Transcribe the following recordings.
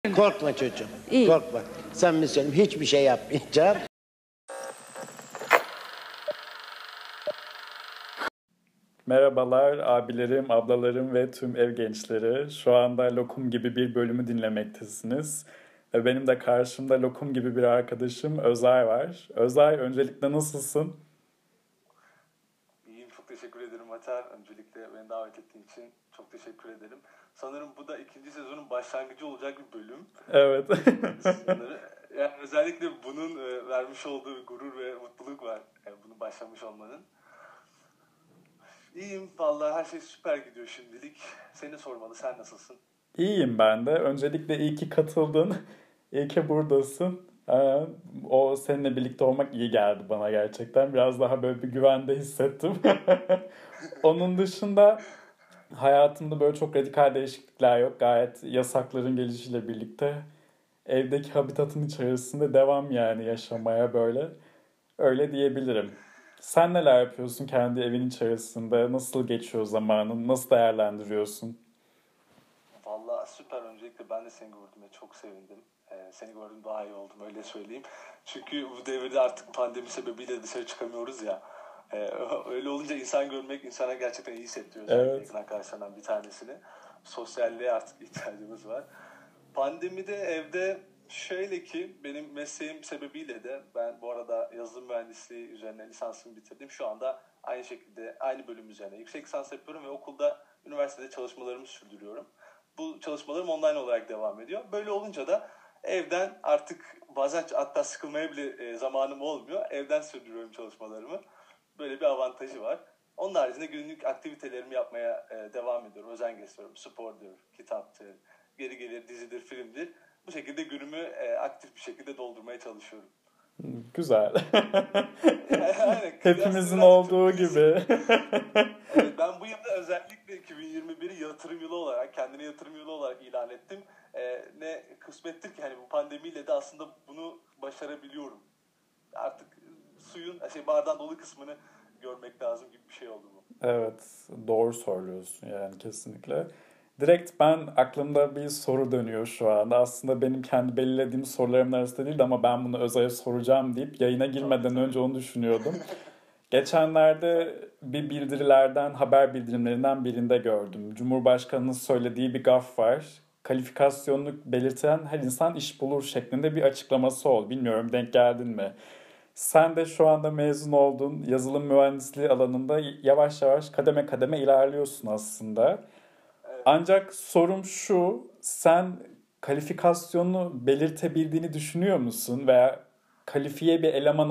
Korkma çocuğum. İyi. Korkma. Sen mi söyleyeyim? Hiçbir şey yapmayacağım. Merhabalar abilerim, ablalarım ve tüm ev gençleri. Şu anda Lokum gibi bir bölümü dinlemektesiniz. Ve benim de karşımda Lokum gibi bir arkadaşım Özay var. Özay, öncelikle nasılsın? İyiyim, çok teşekkür ederim Atar. Öncelikle beni davet ettiğin için çok teşekkür ederim. Sanırım bu da ikinci sezonun başlangıcı olacak bir bölüm. Evet. Yani özellikle bunun vermiş olduğu bir gurur ve mutluluk var. Yani bunu başlamış olmanın. İyiyim, vallahi her şey süper gidiyor şimdilik. Seni sormalı, sen nasılsın? İyiyim ben de. Öncelikle iyi ki katıldın. İyi ki buradasın. O seninle birlikte olmak iyi geldi bana gerçekten. Biraz daha böyle bir güvende hissettim. Onun dışında hayatımda böyle çok radikal değişiklikler yok. Gayet yasakların gelişiyle birlikte evdeki habitatın içerisinde devam yani yaşamaya böyle. Öyle diyebilirim. Sen neler yapıyorsun kendi evin içerisinde? Nasıl geçiyor zamanın? Nasıl değerlendiriyorsun? Vallahi süper. Öncelikle ben de seni gördüğüme çok sevindim. Seni gördüm daha iyi oldum, öyle söyleyeyim. Çünkü bu devirde artık pandemi sebebiyle dışarı çıkamıyoruz ya. Öyle olunca insan görmek insana gerçekten iyi hissettiriyor. Özellikle Evet. yakın arkadaşlarından bir tanesini. Sosyalliğe artık ihtiyacımız var. Pandemide evde şöyle ki benim mesleğim sebebiyle de ben bu arada yazılım mühendisliği üzerine lisansımı bitirdim. Şu anda aynı şekilde aynı bölüm üzerine yüksek lisans yapıyorum ve okulda, üniversitede çalışmalarımı sürdürüyorum. Bu çalışmalarım online olarak devam ediyor. Böyle olunca da evden artık bazen hatta sıkılmaya bile zamanım olmuyor. Evden sürdürüyorum çalışmalarımı. Böyle bir avantajı var. Onun haricinde günlük aktivitelerimi yapmaya devam ediyorum. Özen gösteriyorum. Spordur, kitaptır, geri gelir dizidir, filmdir. Bu şekilde günümü aktif bir şekilde doldurmaya çalışıyorum. Güzel. Yani, Hepimizin biraz olduğu gibi. Evet, ben bu yılda özellikle 2021'i yatırım yılı olarak, kendine yatırım yılı olarak ilan ettim. Ne kısmettir ki hani bu pandemiyle de aslında bunu başarabiliyorum. Artık bardağın dolu kısmını görmek lazım gibi bir şey oldu bu. Evet, doğru söylüyorsun yani kesinlikle. Direkt ben aklımda bir soru dönüyor şu anda. Aslında benim kendi belirlediğim sorularımın arasında değildi ama ben bunu Özay'a soracağım deyip yayına girmeden önce onu düşünüyordum. Geçenlerde bir bildirilerden, haber bildirimlerinden birinde gördüm. Cumhurbaşkanının söylediği bir gaf var. Kalifikasyonunu belirten her insan iş bulur şeklinde bir açıklaması oldu. Bilmiyorum, denk geldin mi? Sen de şu anda mezun oldun. Yazılım mühendisliği alanında yavaş yavaş kademe kademe ilerliyorsun aslında. Evet. Ancak sorum şu, sen kalifikasyonu belirtebildiğini düşünüyor musun? Veya kalifiye bir eleman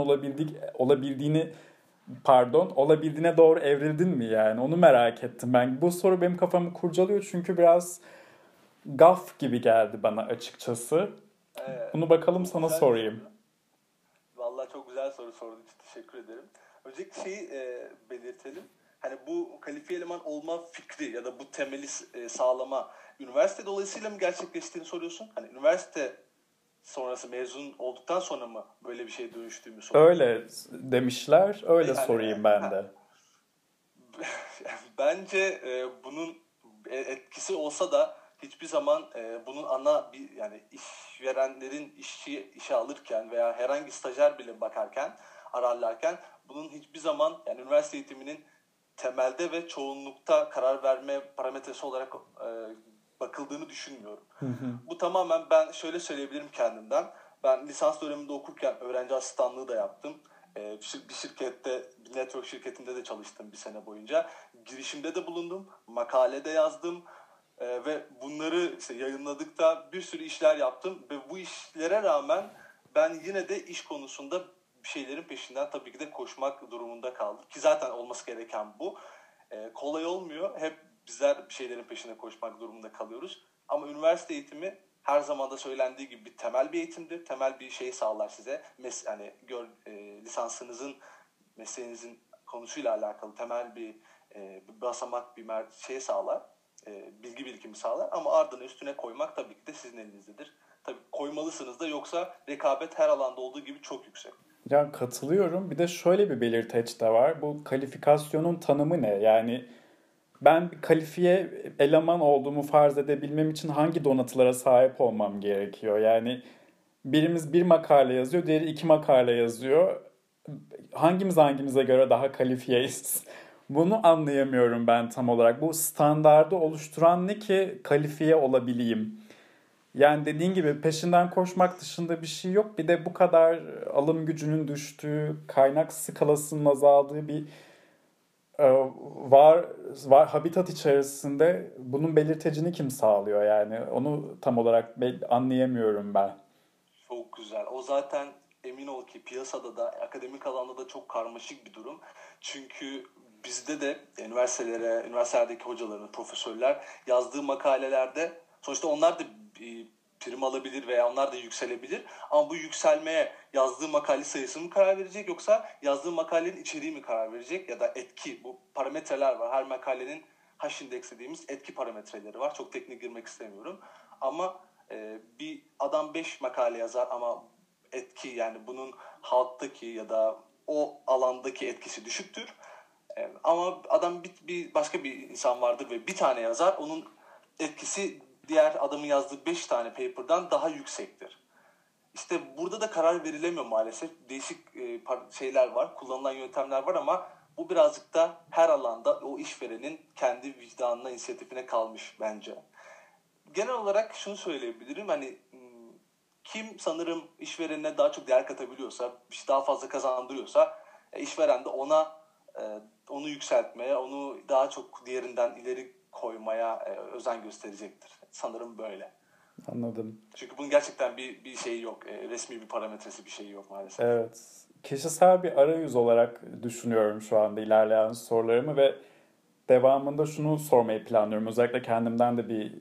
olabildiğine doğru evrildin mi yani? Onu merak ettim ben. Bu soru benim kafamı kurcalıyor çünkü biraz gaf gibi geldi bana açıkçası. Bunu bakalım sana Güzel bir sorayım. soru. Vallahi çok güzel soru sorduğun için teşekkür ederim. Öncelikle belirtelim. Hani bu kalifiye eleman olma fikri ya da bu temeli sağlama üniversite dolayısıyla mı gerçekleştiğini soruyorsun? Hani üniversite sonrası mezun olduktan sonra mı böyle bir şeye dönüştüğümü soruyorsun? Öyle demişler, öyle Yani, sorayım ben de. Bence bunun etkisi olsa da hiçbir zaman bunun yani işverenlerin işe alırken veya herhangi stajyer bile ararlarken bunun hiçbir zaman yani üniversite eğitiminin temelde ve çoğunlukta karar verme parametresi olarak bakıldığını düşünmüyorum. Bu tamamen, ben şöyle söyleyebilirim kendimden. Ben lisans döneminde okurken öğrenci asistanlığı da yaptım. Bir şirkette, bir network şirketinde de çalıştım bir sene boyunca. Girişimde de bulundum, makalede yazdım ve bunları yayınladıkta bir sürü işler yaptım ve bu işlere rağmen ben yine de iş konusunda bir şeylerin peşinden tabii ki de koşmak durumunda kaldım. Ki zaten olması gereken bu. Kolay olmuyor. Hep bizler bir şeylerin peşine koşmak durumunda kalıyoruz. Ama üniversite eğitimi her zaman da söylendiği gibi bir temel bir eğitimdir. Temel bir şey sağlar size. Lisansınızın, mesleğinizin konusuyla alakalı temel bir basamak, bir şey sağlar. Bilgi birikimi sağlar. Ama ardına üstüne koymak tabii ki de sizin elinizdedir. Tabii koymalısınız da, yoksa rekabet her alanda olduğu gibi çok yüksek. Ya katılıyorum. Bir de şöyle bir belirteç de var. Bu kalifikasyonun tanımı ne? Yani ben bir kalifiye eleman olduğumu farz edebilmem için hangi donatılara sahip olmam gerekiyor? Yani birimiz bir makale yazıyor, diğeri iki makale yazıyor. Hangimiz hangimize göre daha kalifiyeyiz? Bunu anlayamıyorum ben tam olarak. Bu standardı oluşturan ne ki kalifiye olabileyim? Yani dediğin gibi peşinden koşmak dışında bir şey yok. Bir de bu kadar alım gücünün düştüğü, kaynak skalasının azaldığı bir e, var habitat içerisinde bunun belirtecini kim sağlıyor yani? Onu tam olarak anlayamıyorum ben. Çok güzel. O zaten emin ol ki piyasada da akademik alanda da çok karmaşık bir durum. Çünkü bizde de üniversitelerdeki hocaların, profesörler yazdığı makalelerde sonuçta onlar da prim alabilir veya onlar da yükselebilir. Ama bu yükselmeye yazdığı makale sayısı mı karar verecek yoksa yazdığı makalenin içeriği mi karar verecek ya da etki, bu parametreler var. Her makalenin H-index dediğimiz etki parametreleri var. Çok teknik girmek istemiyorum. Ama bir adam 5 makale yazar ama etki, yani bunun halktaki ya da o alandaki etkisi düşüktür. Ama adam bir başka bir insan vardır ve bir tane yazar, onun etkisi diğer adamın yazdığı 5 tane paper'dan daha yüksektir. İşte burada da karar verilemiyor maalesef. Değişik şeyler var, kullanılan yöntemler var ama bu birazcık da her alanda o işverenin kendi vicdanına, inisiyatifine kalmış bence. Genel olarak şunu söyleyebilirim, hani kim sanırım işverenine daha çok değer katabiliyorsa, daha fazla kazandırıyorsa, işveren de onu yükseltmeye, onu daha çok diğerinden ileri koymaya özen gösterecektir. Sanırım böyle. Anladım. Çünkü bunun gerçekten bir şeyi yok. Resmi bir parametresi, bir şeyi yok maalesef. Evet. Kişisel bir arayüz olarak düşünüyorum şu anda ilerleyen sorularımı ve devamında şunu sormayı planlıyorum. Özellikle kendimden de bir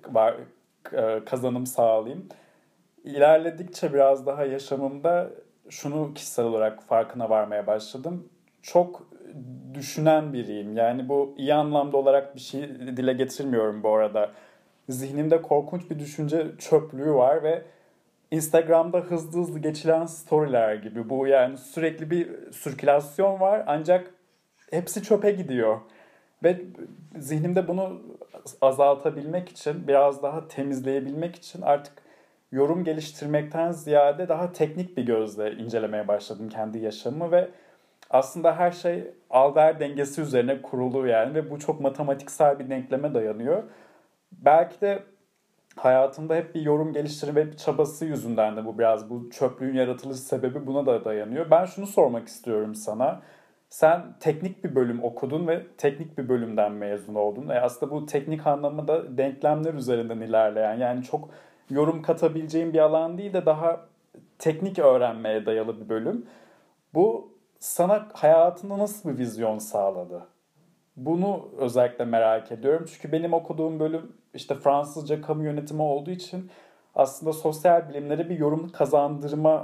kazanım sağlayayım. İlerledikçe biraz daha yaşamımda şunu kişisel olarak farkına varmaya başladım. Çok düşünen biriyim. Yani bu iyi anlamda olarak bir şey dile getirmiyorum bu arada. Zihnimde korkunç bir düşünce çöplüğü var ve Instagram'da hızlı hızlı geçilen storyler gibi. Bu yani sürekli bir sirkülasyon var ancak hepsi çöpe gidiyor. Ve zihnimde bunu azaltabilmek için, biraz daha temizleyebilmek için artık yorum geliştirmekten ziyade daha teknik bir gözle incelemeye başladım kendi yaşamımı ve aslında her şey al-ver dengesi üzerine kurulu yani ve bu çok matematiksel bir denkleme dayanıyor. Belki de hayatımda hep bir yorum geliştirme çabası yüzünden de bu çöplüğün yaratılış sebebi buna da dayanıyor. Ben şunu sormak istiyorum sana. Sen teknik bir bölüm okudun ve teknik bir bölümden mezun oldun. Aslında bu teknik anlamında denklemler üzerinden ilerleyen, yani çok yorum katabileceğin bir alan değil de daha teknik öğrenmeye dayalı bir bölüm. Bu sana hayatında nasıl bir vizyon sağladı? Bunu özellikle merak ediyorum. Çünkü benim okuduğum bölüm işte Fransızca kamu yönetimi olduğu için aslında sosyal bilimlere bir yorum kazandırma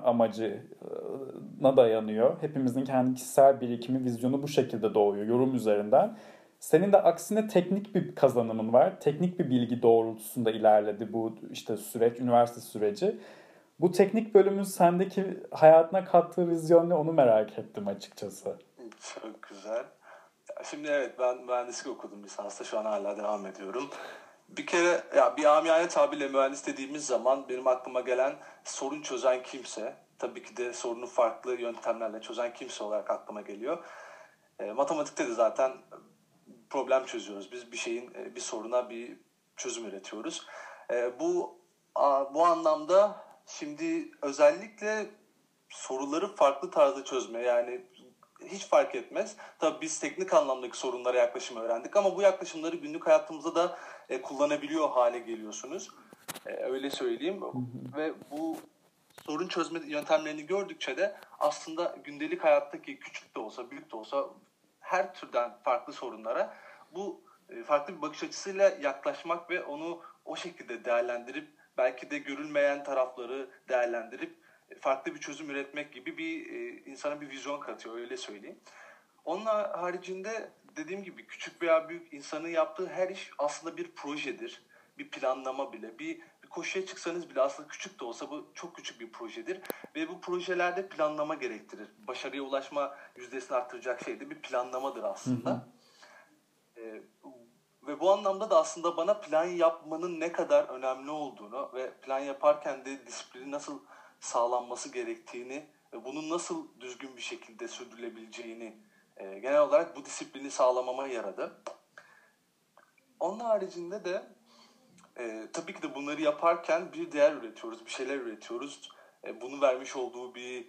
amacına dayanıyor. Hepimizin kendi kişisel birikimi, vizyonu bu şekilde doğuyor yorum üzerinden. Senin de aksine teknik bir kazanımın var. Teknik bir bilgi doğrultusunda ilerledi bu işte süreç, üniversite süreci. Bu teknik bölümün sendeki hayatına kattığı vizyon ne, onu merak ettim açıkçası. Çok güzel. Şimdi evet, ben mühendislik okudum lisansta, şu an hala devam ediyorum. Bir kere ya bir amiyane tabirle mühendis dediğimiz zaman benim aklıma gelen sorun çözen kimse, tabii ki de sorunu farklı yöntemlerle çözen kimse olarak aklıma geliyor. Matematikte de zaten problem çözüyoruz. Biz bir soruna bir çözüm üretiyoruz. Bu anlamda şimdi özellikle soruları farklı tarzda çözme, yani hiç fark etmez. Tabii biz teknik anlamdaki sorunlara yaklaşımı öğrendik ama bu yaklaşımları günlük hayatımızda da kullanabiliyor hale geliyorsunuz. Öyle söyleyeyim. Ve bu sorun çözme yöntemlerini gördükçe de aslında gündelik hayattaki küçük de olsa, büyük de olsa her türden farklı sorunlara bu farklı bir bakış açısıyla yaklaşmak ve onu o şekilde değerlendirip belki de görülmeyen tarafları değerlendirip farklı bir çözüm üretmek gibi insana bir vizyon katıyor, öyle söyleyeyim. Onun haricinde dediğim gibi küçük veya büyük, insanın yaptığı her iş aslında bir projedir. Bir planlama bile, bir koşuya çıksanız bile aslında küçük de olsa bu çok küçük bir projedir. Ve bu projelerde planlama gerektirir. Başarıya ulaşma yüzdesini arttıracak şey de bir planlamadır aslında. Ve bu anlamda da aslında bana plan yapmanın ne kadar önemli olduğunu ve plan yaparken de disiplini nasıl sağlanması gerektiğini ve bunun nasıl düzgün bir şekilde sürdürülebileceğini genel olarak bu disiplini sağlamama yaradı. Onun haricinde de tabii ki de bunları yaparken bir değer üretiyoruz, bir şeyler üretiyoruz. Bunun vermiş olduğu bir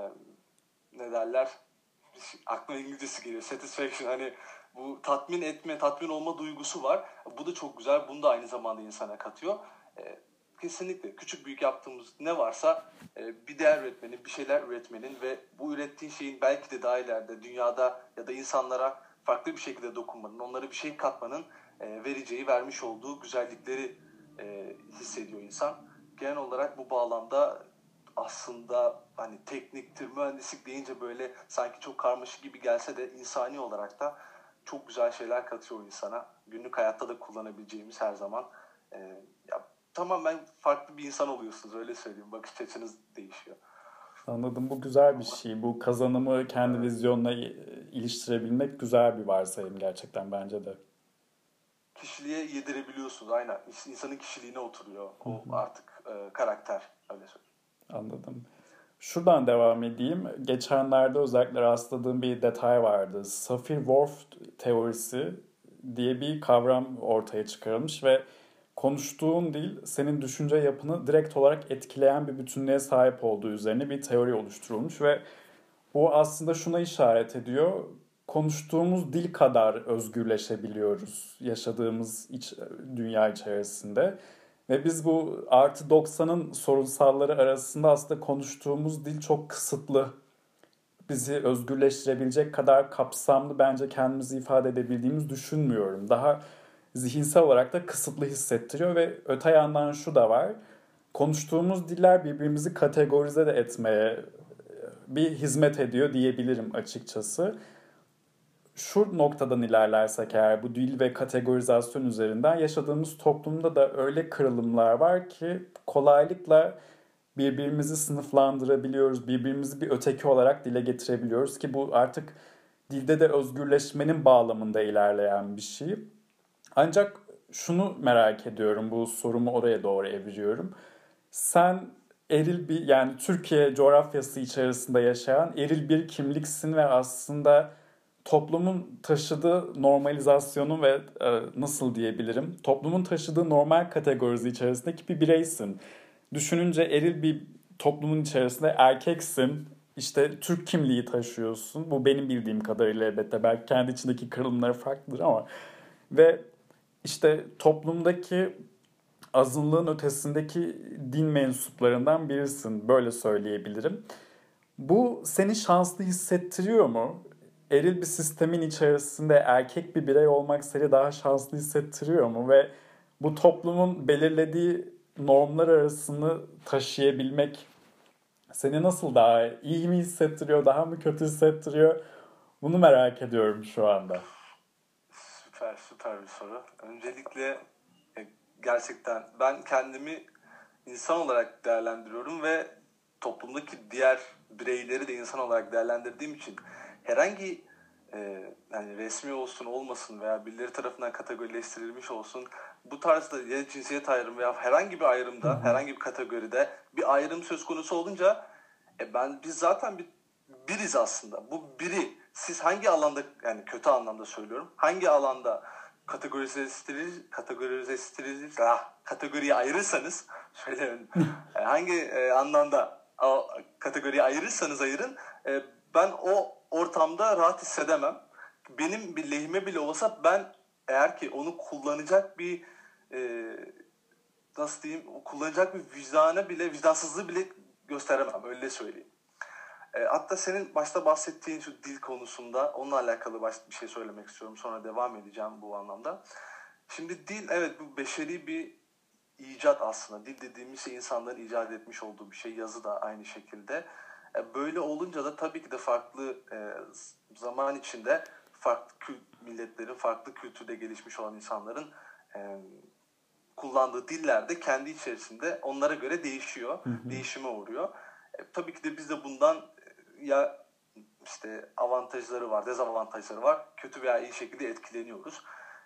ne derler? Aklıma İngilizcesi geliyor. Satisfaction, hani bu tatmin etme, tatmin olma duygusu var. Bu da çok güzel. Bunu da aynı zamanda insana katıyor. Kesinlikle küçük büyük yaptığımız ne varsa bir değer üretmenin, bir şeyler üretmenin ve bu ürettiğin şeyin belki de daha ileride dünyada ya da insanlara farklı bir şekilde dokunmanın, onlara bir şey katmanın vereceği, vermiş olduğu güzellikleri hissediyor insan. Genel olarak bu bağlamda aslında hani tekniktir, mühendislik deyince böyle sanki çok karmaşık gibi gelse de insani olarak da çok güzel şeyler katıyor insana. Günlük hayatta da kullanabileceğimiz her zaman. Ya, tamamen farklı bir insan oluyorsunuz, öyle söyleyeyim. Bakış açınız değişiyor. Anladım. Bu güzel bir şey. Bu kazanımı kendi vizyonuna iliştirebilmek güzel bir varsayım gerçekten bence de. Kişiliğe yedirebiliyorsunuz, aynen. İnsanın kişiliğine oturuyor o artık karakter, öyle söyleyeyim. Anladım. Şuradan devam edeyim. Geçenlerde özellikle rastladığım bir detay vardı. Sapir-Whorf teorisi diye bir kavram ortaya çıkarılmış ve konuştuğun dil senin düşünce yapını direkt olarak etkileyen bir bütünlüğe sahip olduğu üzerine bir teori oluşturulmuş ve bu aslında şuna işaret ediyor. Konuştuğumuz dil kadar özgürleşebiliyoruz yaşadığımız dünya içerisinde. Ve biz bu artı 90'ın sorunsalları arasında aslında konuştuğumuz dil çok kısıtlı. Bizi özgürleştirebilecek kadar kapsamlı bence kendimizi ifade edebildiğimizi düşünmüyorum. Daha zihinsel olarak da kısıtlı hissettiriyor ve öte yandan şu da var. Konuştuğumuz diller birbirimizi kategorize de etmeye bir hizmet ediyor diyebilirim açıkçası. Şu noktadan ilerlersek eğer bu dil ve kategorizasyon üzerinden yaşadığımız toplumda da öyle kırılımlar var ki kolaylıkla birbirimizi sınıflandırabiliyoruz, birbirimizi bir öteki olarak dile getirebiliyoruz ki bu artık dilde de özgürleşmenin bağlamında ilerleyen bir şey. Ancak şunu merak ediyorum, bu sorumu oraya doğru eviriyorum. Sen eril bir, yani Türkiye coğrafyası içerisinde yaşayan eril bir kimliksin ve aslında toplumun taşıdığı normalizasyonu ve nasıl diyebilirim, toplumun taşıdığı normal kategorisi içerisindeki bir bireysin. Düşününce eril bir toplumun içerisinde erkeksin, işte Türk kimliği taşıyorsun. Bu benim bildiğim kadarıyla, elbette belki kendi içindeki kırılımları farklıdır ama ve işte toplumdaki azınlığın ötesindeki din mensuplarından birisin. Böyle söyleyebilirim. Bu seni şanslı hissettiriyor mu? Eril bir sistemin içerisinde erkek bir birey olmak seni daha şanslı hissettiriyor mu? Ve bu toplumun belirlediği normlar arasını taşıyabilmek seni nasıl daha iyi mi hissettiriyor, daha mı kötü hissettiriyor? Bunu merak ediyorum şu anda. Süper bir soru. Öncelikle gerçekten ben kendimi insan olarak değerlendiriyorum ve toplumdaki diğer bireyleri de insan olarak değerlendirdiğim için herhangi yani resmi olsun olmasın veya birileri tarafından kategorileştirilmiş olsun, bu tarzda ya cinsiyet ayrımı veya herhangi bir ayrımda, herhangi bir kategoride bir ayrım söz konusu olunca biz zaten biriz aslında. Bu biri siz hangi alanda, yani kötü anlamda söylüyorum, hangi alanda kategoriye ayırırsanız söyleyeyim. Hangi anlamda o kategoriye ayırırsanız ayırın, ben o ortamda rahat hissedemem. Benim bir lehime bile olsa ben eğer ki onu kullanacak bir nasıl diyeyim, kullanacak bir vicdansızlığı bile gösteremem, öyle söyleyeyim. Hatta senin başta bahsettiğin şu dil konusunda onunla alakalı bir şey söylemek istiyorum. Sonra devam edeceğim bu anlamda. Şimdi dil, evet, bu beşeri bir icat aslında. Dil dediğimiz şey insanların icat etmiş olduğu bir şey. Yazı da aynı şekilde. Böyle olunca da tabii ki de farklı zaman içinde farklı milletlerin, farklı kültürde gelişmiş olan insanların kullandığı diller de kendi içerisinde onlara göre değişiyor. Değişime uğruyor. Tabii ki de biz de bundan ya işte avantajları var, dezavantajları var. Kötü veya iyi şekilde etkileniyoruz.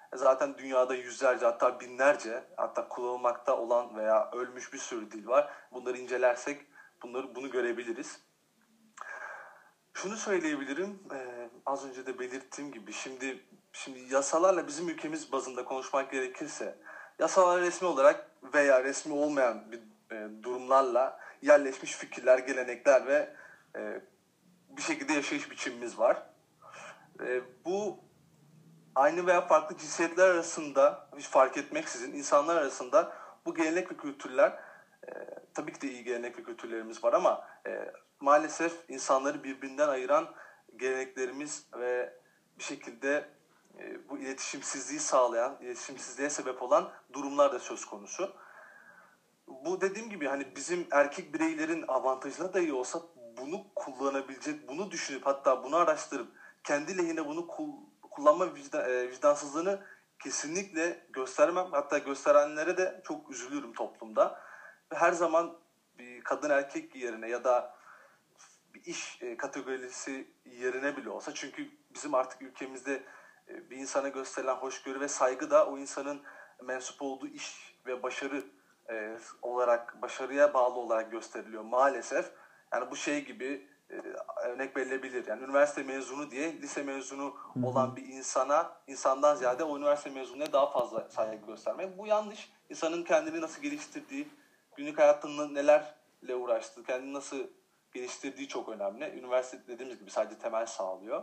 Zaten dünyada yüzlerce hatta binlerce hatta kullanılmakta olan veya ölmüş bir sürü dil var. Bunları incelersek bunu görebiliriz. Şunu söyleyebilirim, az önce de belirttiğim gibi şimdi yasalarla bizim ülkemiz bazında konuşmak gerekirse yasalar resmi olarak veya resmi olmayan bir durumlarla yerleşmiş fikirler, gelenekler ve bir şekilde yaşayış biçimimiz var. Bu aynı veya farklı cinsiyetler arasında hiç fark etmeksizin insanlar arasında bu gelenek ve kültürler tabii ki de iyi gelenek ve kültürlerimiz var ama maalesef insanları birbirinden ayıran geleneklerimiz ve bir şekilde bu iletişimsizliğe sebep olan durumlar da söz konusu. Bu dediğim gibi hani bizim erkek bireylerin avantajına dahi olsa bunu kullanabilecek, bunu düşünüp hatta bunu araştırıp kendi lehine bunu kullanma vicdansızlığını kesinlikle göstermem. Hatta gösterenlere de çok üzülürüm toplumda. Ve her zaman bir kadın erkek yerine ya da bir iş kategorisi yerine bile olsa. Çünkü bizim artık ülkemizde bir insana gösterilen hoşgörü ve saygı da o insanın mensup olduğu iş ve başarıya bağlı olarak gösteriliyor maalesef. Yani bu şey gibi örnek verilebilir. Yani üniversite mezunu diye lise mezunu olan bir insandan ziyade o üniversite mezununa daha fazla saygı göstermek. Bu yanlış. İnsanın kendini nasıl geliştirdiği, günlük hayatında nelerle uğraştığı, kendini nasıl geliştirdiği çok önemli. Üniversite dediğimiz gibi sadece temel sağlıyor.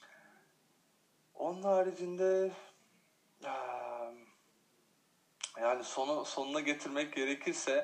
Onun haricinde yani sonuna getirmek gerekirse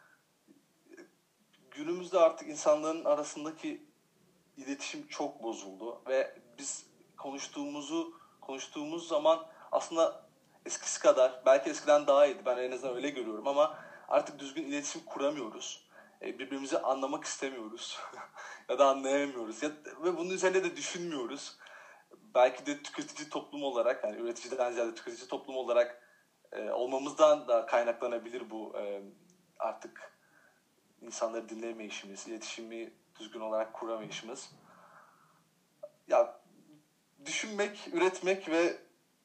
günümüzde artık insanların arasındaki iletişim çok bozuldu ve biz konuştuğumuz zaman aslında eskisi kadar, belki eskiden daha iyiydi, ben en azından öyle görüyorum ama artık düzgün iletişim kuramıyoruz. Birbirimizi anlamak istemiyoruz ya da anlayamıyoruz ve bunun üzerine de düşünmüyoruz. Belki de tüketici toplum olarak, yani üreticiden ziyade tüketici toplum olarak olmamızdan da kaynaklanabilir bu artık insanları dinlemeyişimiz, iletişimi düzgün olarak kuramayışımız. Ya düşünmek, üretmek ve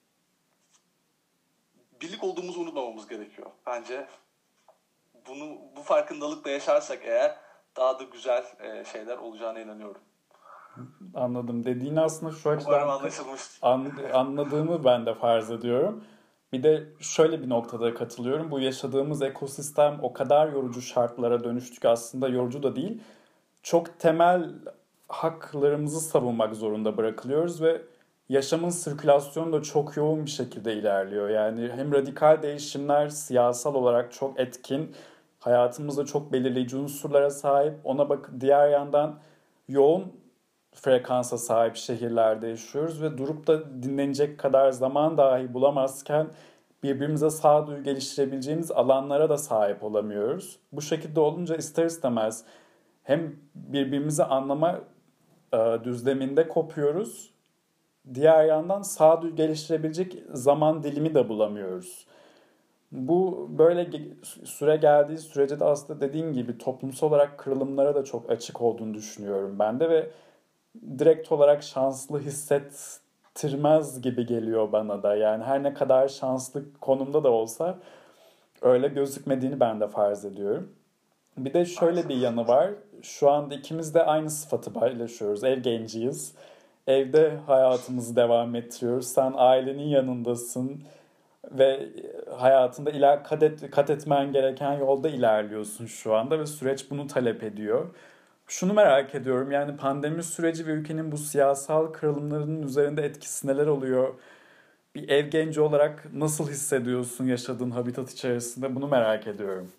birlik olduğumuzu unutmamamız gerekiyor. Bence bu farkındalıkla yaşarsak eğer daha da güzel şeyler olacağına inanıyorum. Anladım. Dediğini aslında şu Umarım açıdan anlaşılmış. anladığımı ben de farz ediyorum. Bir de şöyle bir noktada katılıyorum. Bu yaşadığımız ekosistem o kadar yorucu şartlara dönüştü ki aslında yorucu da değil. Çok temel haklarımızı savunmak zorunda bırakılıyoruz ve yaşamın sirkülasyonu da çok yoğun bir şekilde ilerliyor. Yani hem radikal değişimler siyasal olarak çok etkin, hayatımızda çok belirleyici unsurlara sahip. Diğer yandan yoğun frekansa sahip şehirlerde yaşıyoruz ve durup da dinlenecek kadar zaman dahi bulamazken birbirimize sağduyu geliştirebileceğimiz alanlara da sahip olamıyoruz. Bu şekilde olunca ister istemez hem birbirimizi anlama düzleminde kopuyoruz. Diğer yandan sağduyu geliştirebilecek zaman dilimi de bulamıyoruz. Bu böyle süre geldiği sürece de aslında dediğin gibi toplumsal olarak kırılımlara da çok açık olduğunu düşünüyorum ben de ve direkt olarak şanslı hissettirmez gibi geliyor bana da. Yani her ne kadar şanslı konumda da olsa öyle gözükmediğini ben de farz ediyorum. Bir de şöyle bir yanı var. Şu anda ikimiz de aynı sıfatı paylaşıyoruz. Ev genciyiz. Evde hayatımızı devam ettiriyoruz. Sen ailenin yanındasın ve hayatında kat etmen gereken yolda ilerliyorsun şu anda ve süreç bunu talep ediyor. Şunu merak ediyorum, yani pandemi süreci ve ülkenin bu siyasal kırılımlarının üzerinde etkisi neler oluyor? Bir ev genci olarak nasıl hissediyorsun yaşadığın habitat içerisinde? Bunu merak ediyorum.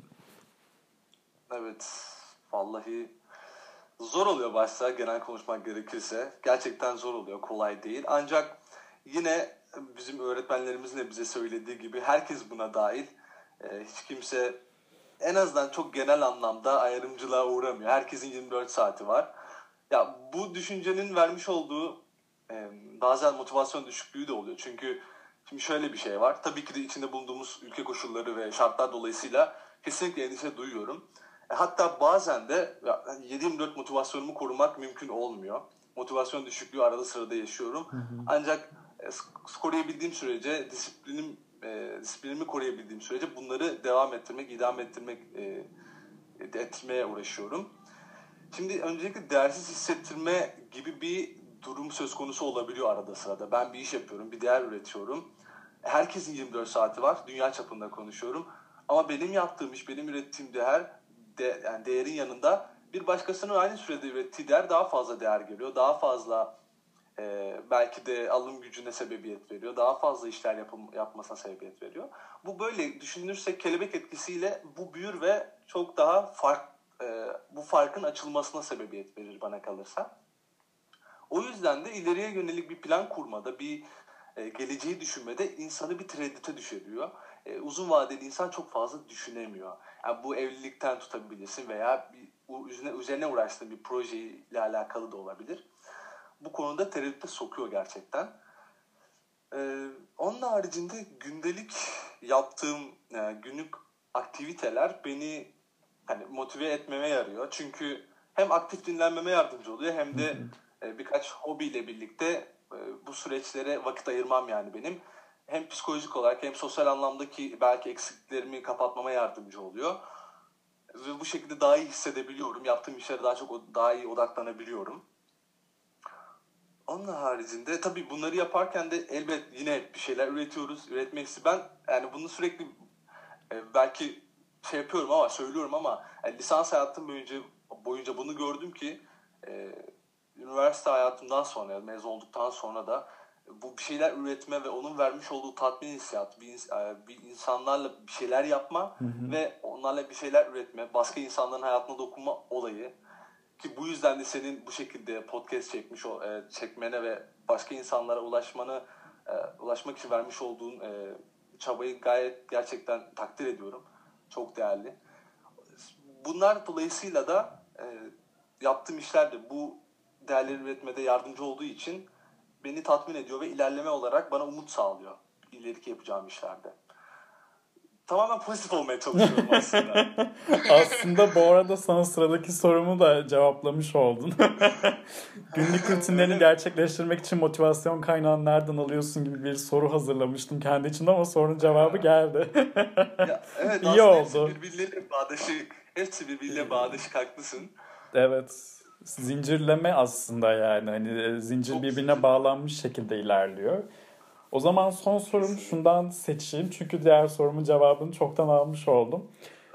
Evet, vallahi zor oluyor başta genel konuşmak gerekirse. Gerçekten zor oluyor, kolay değil. Ancak yine bizim öğretmenlerimizin de bize söylediği gibi herkes buna dahil. Hiç kimse en azından çok genel anlamda ayrımcılığa uğramıyor. Herkesin 24 saati var. Ya bu düşüncenin vermiş olduğu bazen motivasyon düşüklüğü de oluyor. Çünkü şimdi şöyle bir şey var. Tabii ki de içinde bulunduğumuz ülke koşulları ve şartlar dolayısıyla kesinlikle endişe duyuyorum. Hatta bazen de 7/24 motivasyonumu korumak mümkün olmuyor. Motivasyon düşüklüğü arada sırada yaşıyorum. Ancak koruyabildiğim sürece, disiplinimi koruyabildiğim sürece bunları devam ettirmek, idame ettirmeye uğraşıyorum. Şimdi öncelikle değersiz hissettirme gibi bir durum söz konusu olabiliyor arada sırada. Ben bir iş yapıyorum, bir değer üretiyorum. Herkesin 24 saati var, dünya çapında konuşuyorum. Ama benim yaptığım iş, benim ürettiğim yani değerin yanında bir başkasının aynı sürede ürettiği değer daha fazla değer geliyor. Daha fazla belki de alım gücüne sebebiyet veriyor. Daha fazla işler yapmasına sebebiyet veriyor. Bu böyle düşünürsek kelebek etkisiyle bu büyür ve çok daha bu farkın açılmasına sebebiyet verir bana kalırsa. O yüzden de ileriye yönelik bir plan kurmada, bir geleceği düşünmede insanı bir tereddüte düşürüyor. Uzun vadeli insan çok fazla düşünemiyor. Yani bu evlilikten tutabilirsin veya üzerine uğraştığın bir projeyle alakalı da olabilir. Bu konuda tereddüte sokuyor gerçekten. Onun haricinde gündelik yaptığım günlük aktiviteler beni hani motive etmeme yarıyor. Çünkü hem aktif dinlenmeme yardımcı oluyor hem de birkaç hobiyle birlikte bu süreçlere vakit ayırmam yani benim. Hem psikolojik olarak hem sosyal anlamdaki belki eksikliklerimi kapatmama yardımcı oluyor. Ve bu şekilde daha iyi hissedebiliyorum. Yaptığım işlere daha iyi odaklanabiliyorum. Onun haricinde tabii bunları yaparken de elbet yine bir şeyler üretiyoruz. Ben yani bunu sürekli belki yapıyorum ama söylüyorum ama yani lisans hayatım boyunca bunu gördüm ki üniversite hayatımdan sonra mezun olduktan sonra da bu bir şeyler üretme ve onun vermiş olduğu tatmin hissiyatı, bir insanlarla bir şeyler yapma ve onlarla bir şeyler üretme, başka insanların hayatına dokunma olayı. Ki bu yüzden de senin bu şekilde podcast çekmene ve başka insanlara ulaşmak için vermiş olduğun çabayı gerçekten takdir ediyorum. Çok değerli. Bunlar dolayısıyla da yaptığım işler de bu değerleri üretmede yardımcı olduğu için beni tatmin ediyor ve ilerleme olarak bana umut sağlıyor ileriki yapacağım işlerde. Tamamen pozitif olmaya çalışıyorum aslında. Aslında bu arada sana sıradaki sorumu da cevaplamış oldun. Günlük rutinlerini gerçekleştirmek için motivasyon kaynağını nereden alıyorsun gibi bir soru hazırlamıştım kendi için ama sorunun cevabı geldi. Ya, evet, İyi oldu. Hepsi birbiriyle bağdaşık, haklısın. Evet. Zincirleme aslında yani. Hani zincir birbirine bağlanmış şekilde ilerliyor. O zaman son sorumu şundan seçeyim. Çünkü diğer sorumun cevabını çoktan almış oldum.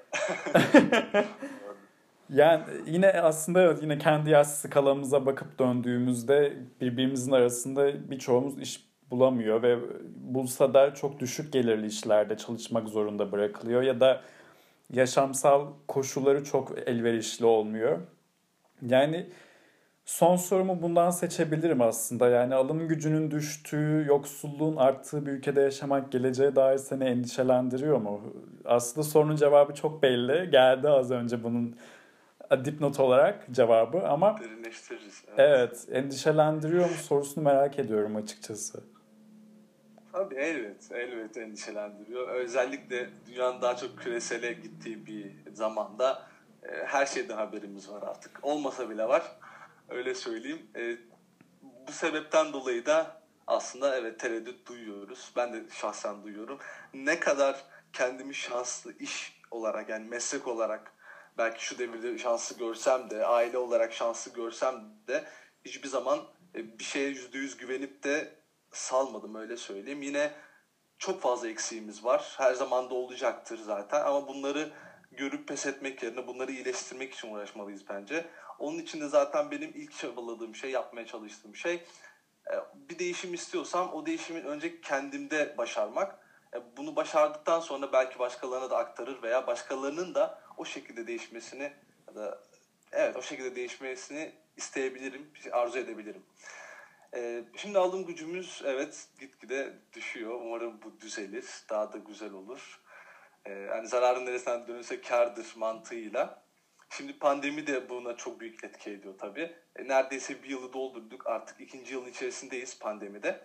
Yani yine kendi yaş skalamıza bakıp döndüğümüzde birbirimizin arasında birçoğumuz iş bulamıyor ve bulsa da çok düşük gelirli işlerde çalışmak zorunda bırakılıyor ya da yaşamsal koşulları çok elverişli olmuyor. Yani son sorumu bundan seçebilirim aslında. Yani alım gücünün düştüğü, yoksulluğun arttığı bir ülkede yaşamak geleceğe dair seni endişelendiriyor mu? Aslında sorunun cevabı çok belli. Geldi az önce bunun dipnot olarak cevabı ama Derinleştiririz. evet, endişelendiriyor mu sorusunu merak ediyorum açıkçası. Tabii elbet endişelendiriyor. Özellikle dünyanın daha çok küresele gittiği bir zamanda her şeyden haberimiz var artık. Olmasa bile var. Öyle söyleyeyim. Bu sebepten dolayı da aslında evet tereddüt duyuyoruz. Ben de şahsen duyuyorum. Ne kadar kendimi şanslı iş olarak yani meslek olarak belki şu devirde şanslı görsem de aile olarak şanslı görsem de hiçbir zaman bir şeye %100 güvenip de salmadım öyle söyleyeyim. Yine çok fazla eksiğimiz var. Her zaman da olacaktır zaten ama bunları görüp pes etmek yerine bunları iyileştirmek için uğraşmalıyız bence. Onun için de zaten benim ilk çabaladığım şey, yapmaya çalıştığım şey bir değişim istiyorsam o değişimi önce kendimde başarmak. Bunu başardıktan sonra belki başkalarına da aktarır veya başkalarının da o şekilde değişmesini ya da o şekilde değişmesini isteyebilirim, arzu edebilirim. Şimdi alım gücümüz gitgide düşüyor. Umarım bu düzelir, daha da güzel olur. Yani zararın neresinden dönülse kârdır mantığıyla. Şimdi pandemi de buna çok büyük etki ediyor tabii. Neredeyse bir yılı doldurduk. Artık 2. yılın içerisindeyiz pandemide.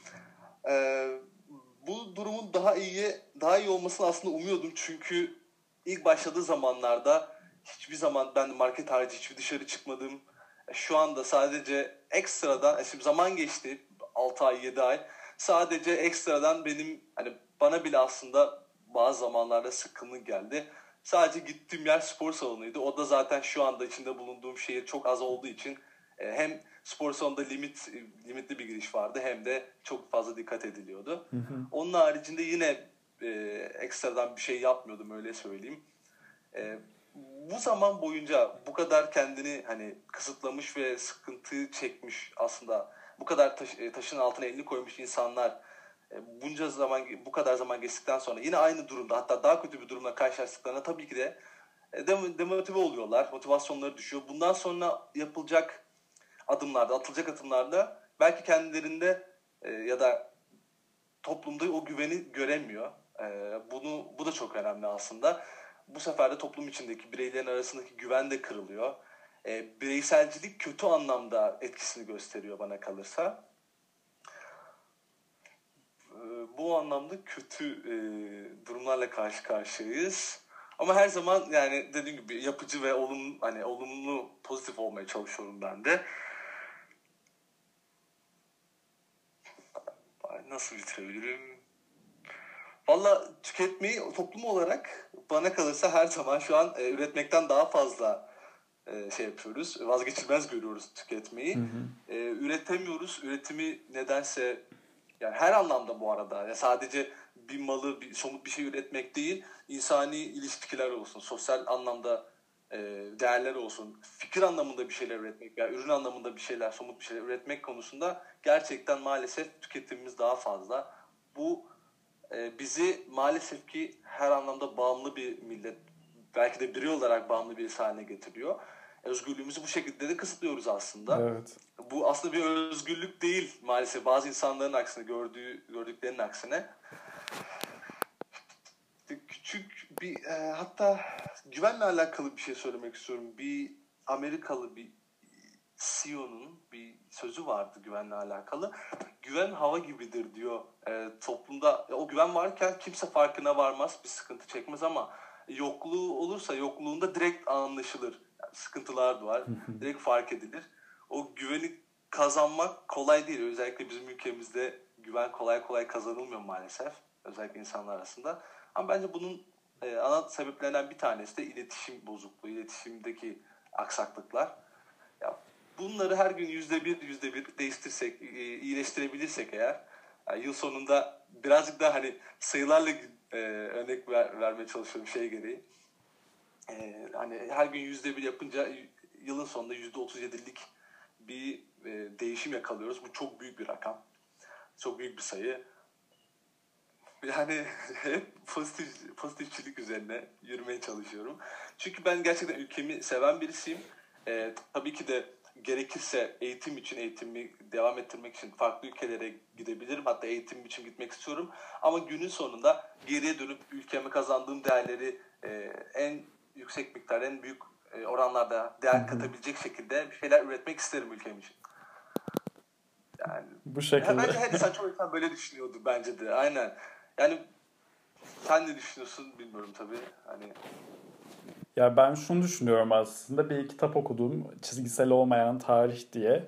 Bu durumun daha iyi olmasını aslında umuyordum. Çünkü ilk başladığı zamanlarda hiçbir zaman ben market harici hiçbir dışarı çıkmadım. Şu anda sadece ekstradan, şimdi zaman geçti 6 ay 7 ay. Sadece ekstradan benim hani bana bile aslında bazı zamanlarda sıkkınlık geldi. Sadece gittiğim yer spor salonuydu. O da zaten şu anda içinde bulunduğum şehir çok az olduğu için hem spor salonunda limitli bir giriş vardı hem de çok fazla dikkat ediliyordu. Onun haricinde yine ekstradan bir şey yapmıyordum, öyle söyleyeyim. Bu zaman boyunca bu kadar kendini hani kısıtlamış ve sıkıntı çekmiş, aslında bu kadar taşın altına elini koymuş insanlar bu kadar zaman geçtikten sonra yine aynı durumda, hatta daha kötü bir durumla karşılaştıklarına tabii ki de demotive oluyorlar. Motivasyonları düşüyor. Bundan sonra atılacak adımlarda belki kendilerinde ya da toplumda o güveni göremiyor. Bu da çok önemli aslında. Bu sefer de toplum içindeki bireylerin arasındaki güven de kırılıyor. Bireyselcilik kötü anlamda etkisini gösteriyor bana kalırsa. Bu anlamda kötü durumlarla karşı karşıyayız. Ama her zaman yani dediğim gibi yapıcı ve olumlu, pozitif olmaya çalışıyorum ben de. Nasıl bitirebilirim? Valla tüketmeyi toplum olarak bana kalırsa her zaman şu an üretmekten daha fazla şey yapıyoruz. Vazgeçilmez görüyoruz tüketmeyi. Üretemiyoruz. Üretimi nedense, yani her anlamda bu arada. Yani sadece bir malı, somut bir şey üretmek değil, insani ilişkiler olsun, sosyal anlamda değerler olsun, fikir anlamında bir şeyler üretmek veya ürün anlamında somut bir şeyler üretmek konusunda gerçekten maalesef tüketimimiz daha fazla. Bu bizi maalesef ki her anlamda bağımlı bir millet, belki de birey olarak bağımlı birisi haline getiriyor. Özgürlüğümüzü bu şekilde de kısıtlıyoruz aslında. Evet. Bu aslında bir özgürlük değil maalesef, bazı insanların aksine, gördüklerinin aksine. Küçük bir hatta güvenle alakalı bir şey söylemek istiyorum. Bir Amerikalı bir CEO'nun bir sözü vardı güvenle alakalı. Güven hava gibidir diyor. Toplumda o güven varken kimse farkına varmaz, bir sıkıntı çekmez, ama yokluğu olursa yokluğunda direkt anlaşılır. Yani sıkıntılar da var. Direkt fark edilir. O güveni kazanmak kolay değil. Özellikle bizim ülkemizde güven kolay kolay kazanılmıyor maalesef. Özellikle insanlar arasında. Ama bence bunun ana sebeplerinden bir tanesi de iletişim bozukluğu, iletişimdeki aksaklıklar. Ya bunları her gün yüzde bir değiştirsek, iyileştirebilirsek eğer, yani yıl sonunda birazcık daha hani sayılarla örnek vermeye çalışıyorum şey gereği. Hani her gün %1 yapınca yılın sonunda %37'lik bir değişim yakalıyoruz. Bu çok büyük bir rakam. Çok büyük bir sayı. Yani hep pozitifçilik üzerine yürümeye çalışıyorum. Çünkü ben gerçekten ülkemi seven birisiyim. Tabii ki de gerekirse eğitimimi devam ettirmek için farklı ülkelere gidebilirim. Hatta eğitimim için gitmek istiyorum. Ama günün sonunda geriye dönüp ülkeme kazandığım değerleri en yüksek miktar, en büyük oranlarda değer katabilecek şekilde bir şeyler üretmek isterim ülkem için. Yani bu şekilde. Bence her insan, çoğu insan böyle düşünüyordu bence de. Aynen. Yani sen ne düşünüyorsun bilmiyorum tabii. Hani Ya ben şunu düşünüyorum aslında. Bir kitap okudum. Çizgisel olmayan tarih diye.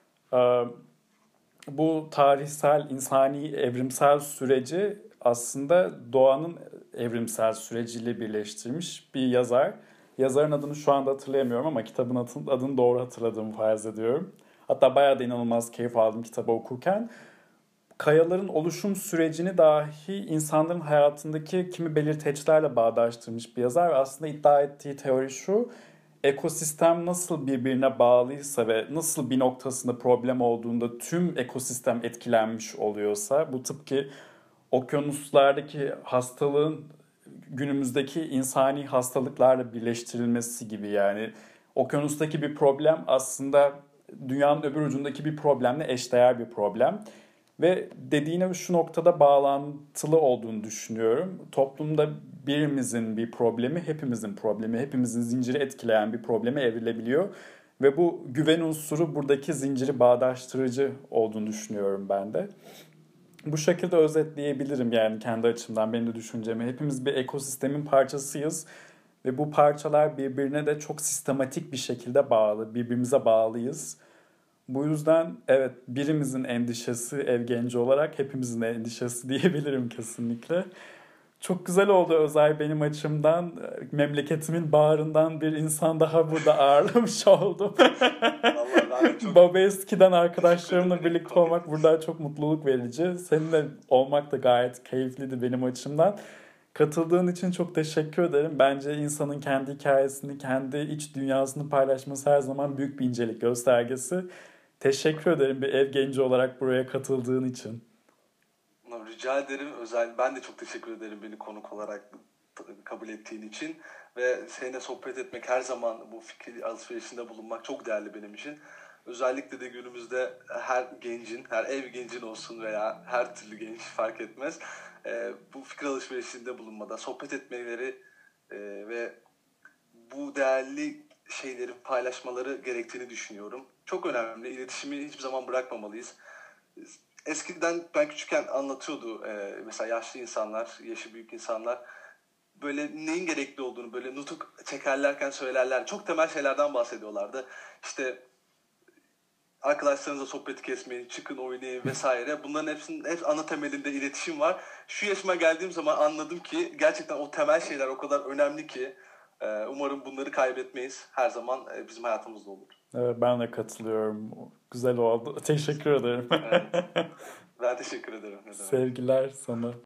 Bu tarihsel, insani, evrimsel süreci aslında doğanın evrimsel süreciyle birleştirmiş bir yazar. Yazarın adını şu anda hatırlayamıyorum ama kitabın adını doğru hatırladığımı farz ediyorum. Hatta bayağı da inanılmaz keyif aldım kitabı okurken. Kayaların oluşum sürecini dahi insanların hayatındaki kimi belirteçlerle bağdaştırmış bir yazar. Aslında iddia ettiği teori şu: ekosistem nasıl birbirine bağlıysa ve nasıl bir noktasında problem olduğunda tüm ekosistem etkilenmiş oluyorsa, bu tıpkı okyanuslardaki hastalığın günümüzdeki insani hastalıklarla birleştirilmesi gibi. Yani okyanustaki bir problem aslında dünyanın öbür ucundaki bir problemle eşdeğer bir problem. Ve dediğine şu noktada bağlantılı olduğunu düşünüyorum. Toplumda birimizin bir problemi, hepimizin problemi, hepimizin zinciri etkileyen bir probleme evrilebiliyor. Ve bu güven unsuru buradaki zinciri bağdaştırıcı olduğunu düşünüyorum ben de. Bu şekilde özetleyebilirim yani kendi açımdan, benim de düşüncemi. Hepimiz bir ekosistemin parçasıyız. Ve bu parçalar birbirine de çok sistematik bir şekilde bağlı, birbirimize bağlıyız. Bu yüzden evet, birimizin endişesi ev genci olarak hepimizin endişesi diyebilirim kesinlikle. Çok güzel oldu Özay, benim açımdan. Memleketimin bağrından bir insan daha burada ağırlamış oldum. Vallahi ben de çok Baba eskiden teşekkür arkadaşlarımla ederim. birlikte olmak burada çok mutluluk verici. Seninle olmak da gayet keyifliydi benim açımdan. Katıldığın için çok teşekkür ederim. Bence insanın kendi hikayesini, kendi iç dünyasını paylaşması her zaman büyük bir incelik göstergesi. Teşekkür ederim bir ev genci olarak buraya katıldığın için. Rica ederim. Ben de çok teşekkür ederim beni konuk olarak kabul ettiğin için. Ve seninle sohbet etmek, her zaman bu fikir alışverişinde bulunmak çok değerli benim için. Özellikle de günümüzde her gencin, her ev gencin olsun veya her türlü genç fark etmez. Bu fikir alışverişinde bulunmada, sohbet etmeleri ve bu değerli şeyleri paylaşmaları gerektiğini düşünüyorum. Çok önemli. İletişimi hiçbir zaman bırakmamalıyız. Eskiden ben küçükken anlatıyordu mesela yaşlı insanlar, yaşı büyük insanlar böyle neyin gerekli olduğunu böyle nutuk çekerlerken söylerler. Çok temel şeylerden bahsediyorlardı. İşte arkadaşlarınızla sohbeti kesmeyin, çıkın oynayın vesaire. Bunların hep ana temelinde iletişim var. Şu yaşıma geldiğim zaman anladım ki gerçekten o temel şeyler o kadar önemli ki umarım bunları kaybetmeyiz. Her zaman bizim hayatımızda olur. Evet, ben de katılıyorum. Güzel oldu. Teşekkür ederim. Evet. Ben teşekkür ederim. Ne demek. Sevgiler sana.